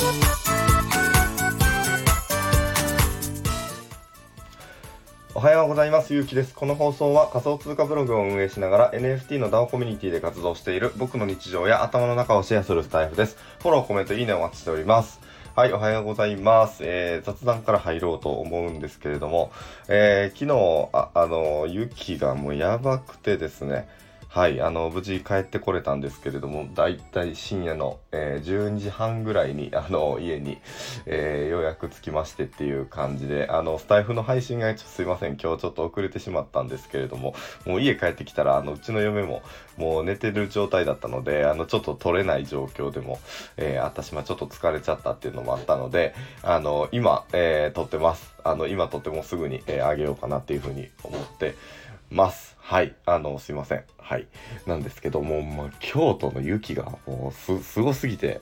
おはようございます。ゆうきです。この放送は仮想通貨ブログを運営しながら NFT の DAO コミュニティで活動している僕の日常や頭の中をシェアするスタイフです。フォロー、コメント、いいねをお待ちしております。はい、おはようございます。雑談から入ろうと思うんですけれども、昨日、雪がもうやばくてですね、はい、無事帰ってこれたんですけれども、だいたい深夜の、12時半ぐらいに、家に、ようやく着きましてっていう感じで、スタイフの配信がすいません、今日ちょっと遅れてしまったんですけれども、もう家帰ってきたら、うちの嫁ももう寝てる状態だったので、ちょっと撮れない状況でも、私もちょっと疲れちゃったっていうのもあったので、今、撮ってます。今撮ってもすぐに、あげようかなっていうふうに思ってます。はい。すいません。はい。なんですけども、京都の雪がもうすごすぎて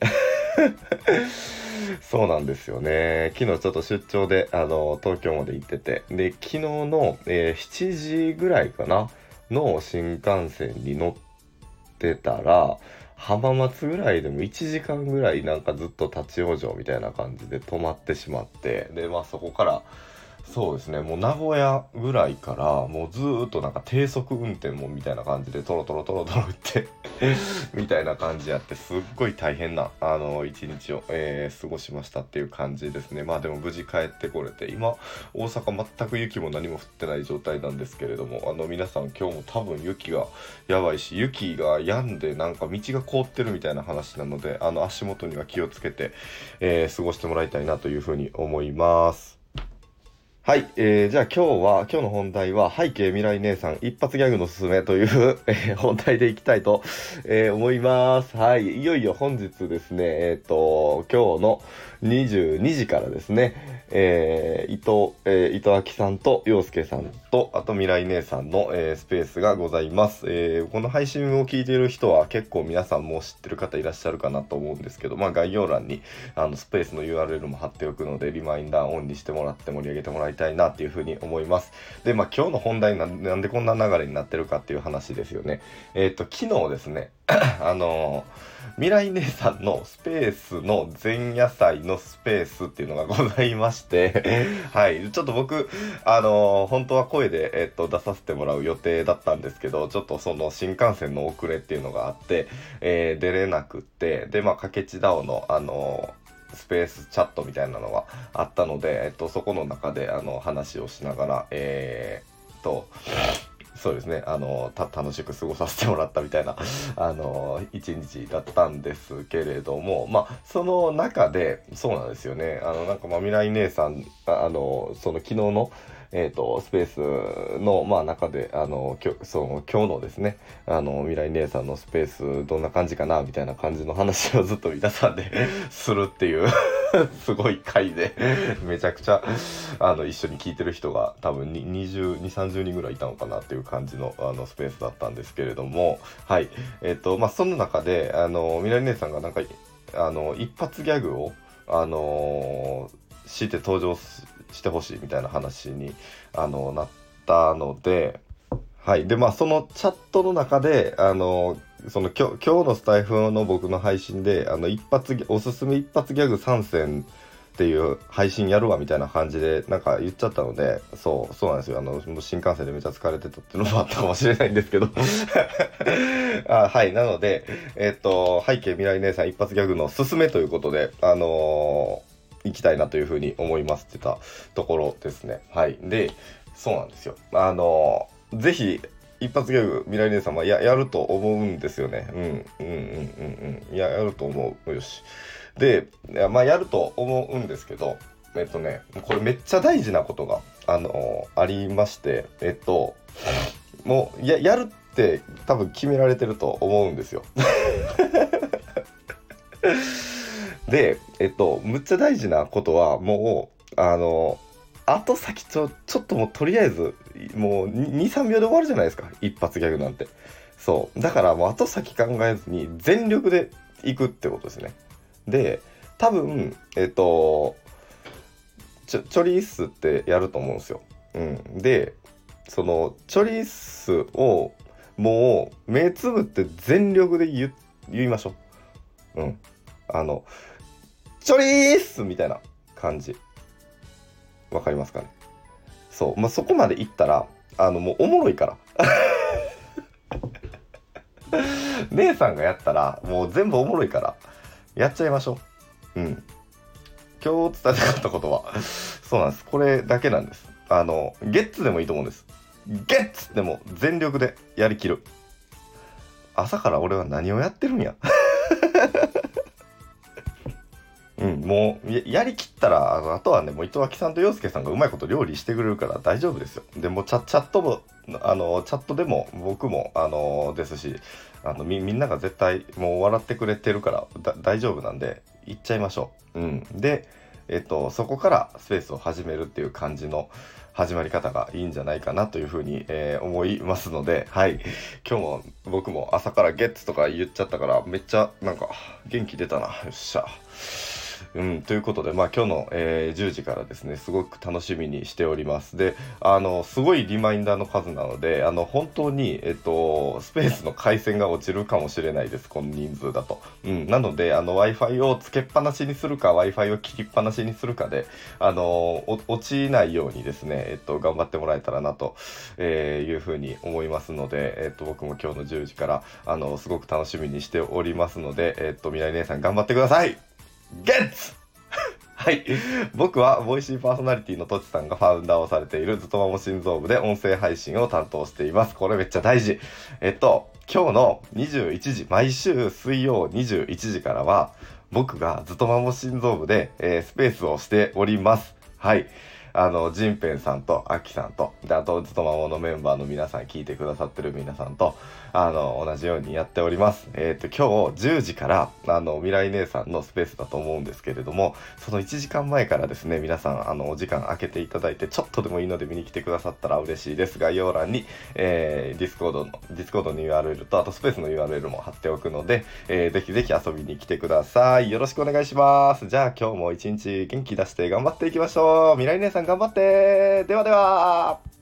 そうなんですよね。昨日ちょっと出張で、東京まで行ってて、で、昨日の、7時ぐらいかなの新幹線に乗ってたら、浜松ぐらいでも1時間ぐらいなんかずっと立ち往生みたいな感じで止まってしまって、で、そこから、そうですね、もう名古屋ぐらいからもうずーっとなんか低速運転もみたいな感じでトロトロトロトロってみたいな感じやって、すっごい大変な一日を、過ごしましたっていう感じですね。でも無事帰ってこれて、今大阪全く雪も何も降ってない状態なんですけれども、皆さん今日も多分雪がやばいし、雪が止んでなんか道が凍ってるみたいな話なので、足元には気をつけて、過ごしてもらいたいなというふうに思います。はい、じゃあ今日の本題は背景未来姉さん一発ギャグのすすめという、本題でいきたいと、思います。はい、いよいよ本日ですね、今日の22時からですね、伊藤明さんと陽介さんと、あと未来姉さんの、スペースがございます。この配信を聞いている人は結構皆さんも知ってる方いらっしゃるかなと思うんですけど、概要欄にスペースの URL も貼っておくので、リマインダーオンにしてもらって盛り上げてもらいたいなっていうふうに思います。で、今日の本題なんでこんな流れになってるかっていう話ですよね。昨日ですね、未来姉さんのスペースの前夜祭のスペースっていうのがございましてはい、ちょっと僕、本当は声で、出させてもらう予定だったんですけど、ちょっとその新幹線の遅れっていうのがあって、出れなくって、で、かけちだおの、スペースチャットみたいなのがあったので、そこの中で話をしながら、そうですね、楽しく過ごさせてもらったみたいな、一日だったんですけれども、その中で、そうなんですよね、未来姉さん、その昨日の、スペースの、中で、今日のですね、未来姉さんのスペース、どんな感じかな、みたいな感じの話をずっと皆さんでするっていうすごい回でめちゃくちゃ一緒に聞いてる人が多分20、30人ぐらいいたのかなっていう感じのスペースだったんですけれども、はい。その中で未来姉さんがなんか一発ギャグをして登場してほしいみたいな話になったので、はい。で、そのチャットの中で、その今日のスタイフの僕の配信で、おすすめ一発ギャグ参戦っていう配信やるわみたいな感じでなんか言っちゃったので、そうなんですよ。もう新幹線でめちゃ疲れてたっていうのもあったかもしれないんですけどはい。なので、背景未来姉さん一発ギャグのすすめということで、行きたいなというふうに思いますって言ったところですね。はい。で、そうなんですよ。ぜひ一発ギャグ未来姉さんはやると思うんですよね。やると思う。よし。で、やると思うんですけど、これめっちゃ大事なことがありまして、もうやるって多分決められてると思うんですよ。で、むっちゃ大事なことはもう後先ちょっともうとりあえずもう2、3秒で終わるじゃないですか、一発ギャグなんて。そう。だからもう後先考えずに全力でいくってことですね。で、多分、チョリースってやると思うんですよ。で、そのチョリースをもう目つぶって全力で言いましょう。 ちょりーすみたいな感じ。わかりますかね。そう。まあ、そこまで行ったら、もうおもろいから。姉さんがやったら、もう全部おもろいから、やっちゃいましょう。うん。今日伝えたかったことは、そうなんです。これだけなんです。ゲッツでもいいと思うんです。ゲッツでも全力でやりきる。朝から俺は何をやってるんや。うん、もうやりきったらあとはねもう糸脇さんと洋介さんがうまいこと料理してくれるから大丈夫ですよ。でもチャットもチャットでも僕もですしみんなが絶対もう笑ってくれてるから大丈夫なんで行っちゃいましょう。うん、でそこからスペースを始めるっていう感じの始まり方がいいんじゃないかなというふうに、思いますので、はい。今日も僕も朝からゲッツとか言っちゃったからめっちゃなんか元気出たな。よっしゃ。うん、ということで、まあ、今日の、10時からですね、すごく楽しみにしております。で、すごいリマインダーの数なので、本当に、スペースの回線が落ちるかもしれないです、この人数だと。うん、なので、Wi-Fi をつけっぱなしにするか、Wi-Fi を切りっぱなしにするかで、落ちないようにですね、頑張ってもらえたらなと、いうふうに思いますので、僕も今日の10時から、すごく楽しみにしておりますので、未来姉さん頑張ってください。ゲッツはい。僕は、ボイシーパーソナリティのとちさんがファウンダーをされているずとまも心臓部で音声配信を担当しています。これめっちゃ大事。今日の21時、毎週水曜21時からは、僕がずとまも心臓部で、スペースをしております。はい。ジンペンさんとアキさんと、で、あと、ずとまものメンバーの皆さん、聞いてくださってる皆さんと、同じようにやっております。今日10時から、未来姉さんのスペースだと思うんですけれども、その1時間前からですね、皆さん、お時間空けていただいて、ちょっとでもいいので見に来てくださったら嬉しいです。概要欄に、ディスコードの URL と、あとスペースの URL も貼っておくので、ぜひぜひ遊びに来てください。よろしくお願いします。じゃあ今日も一日元気出して頑張っていきましょう。未来姉さん頑張って。ではでは。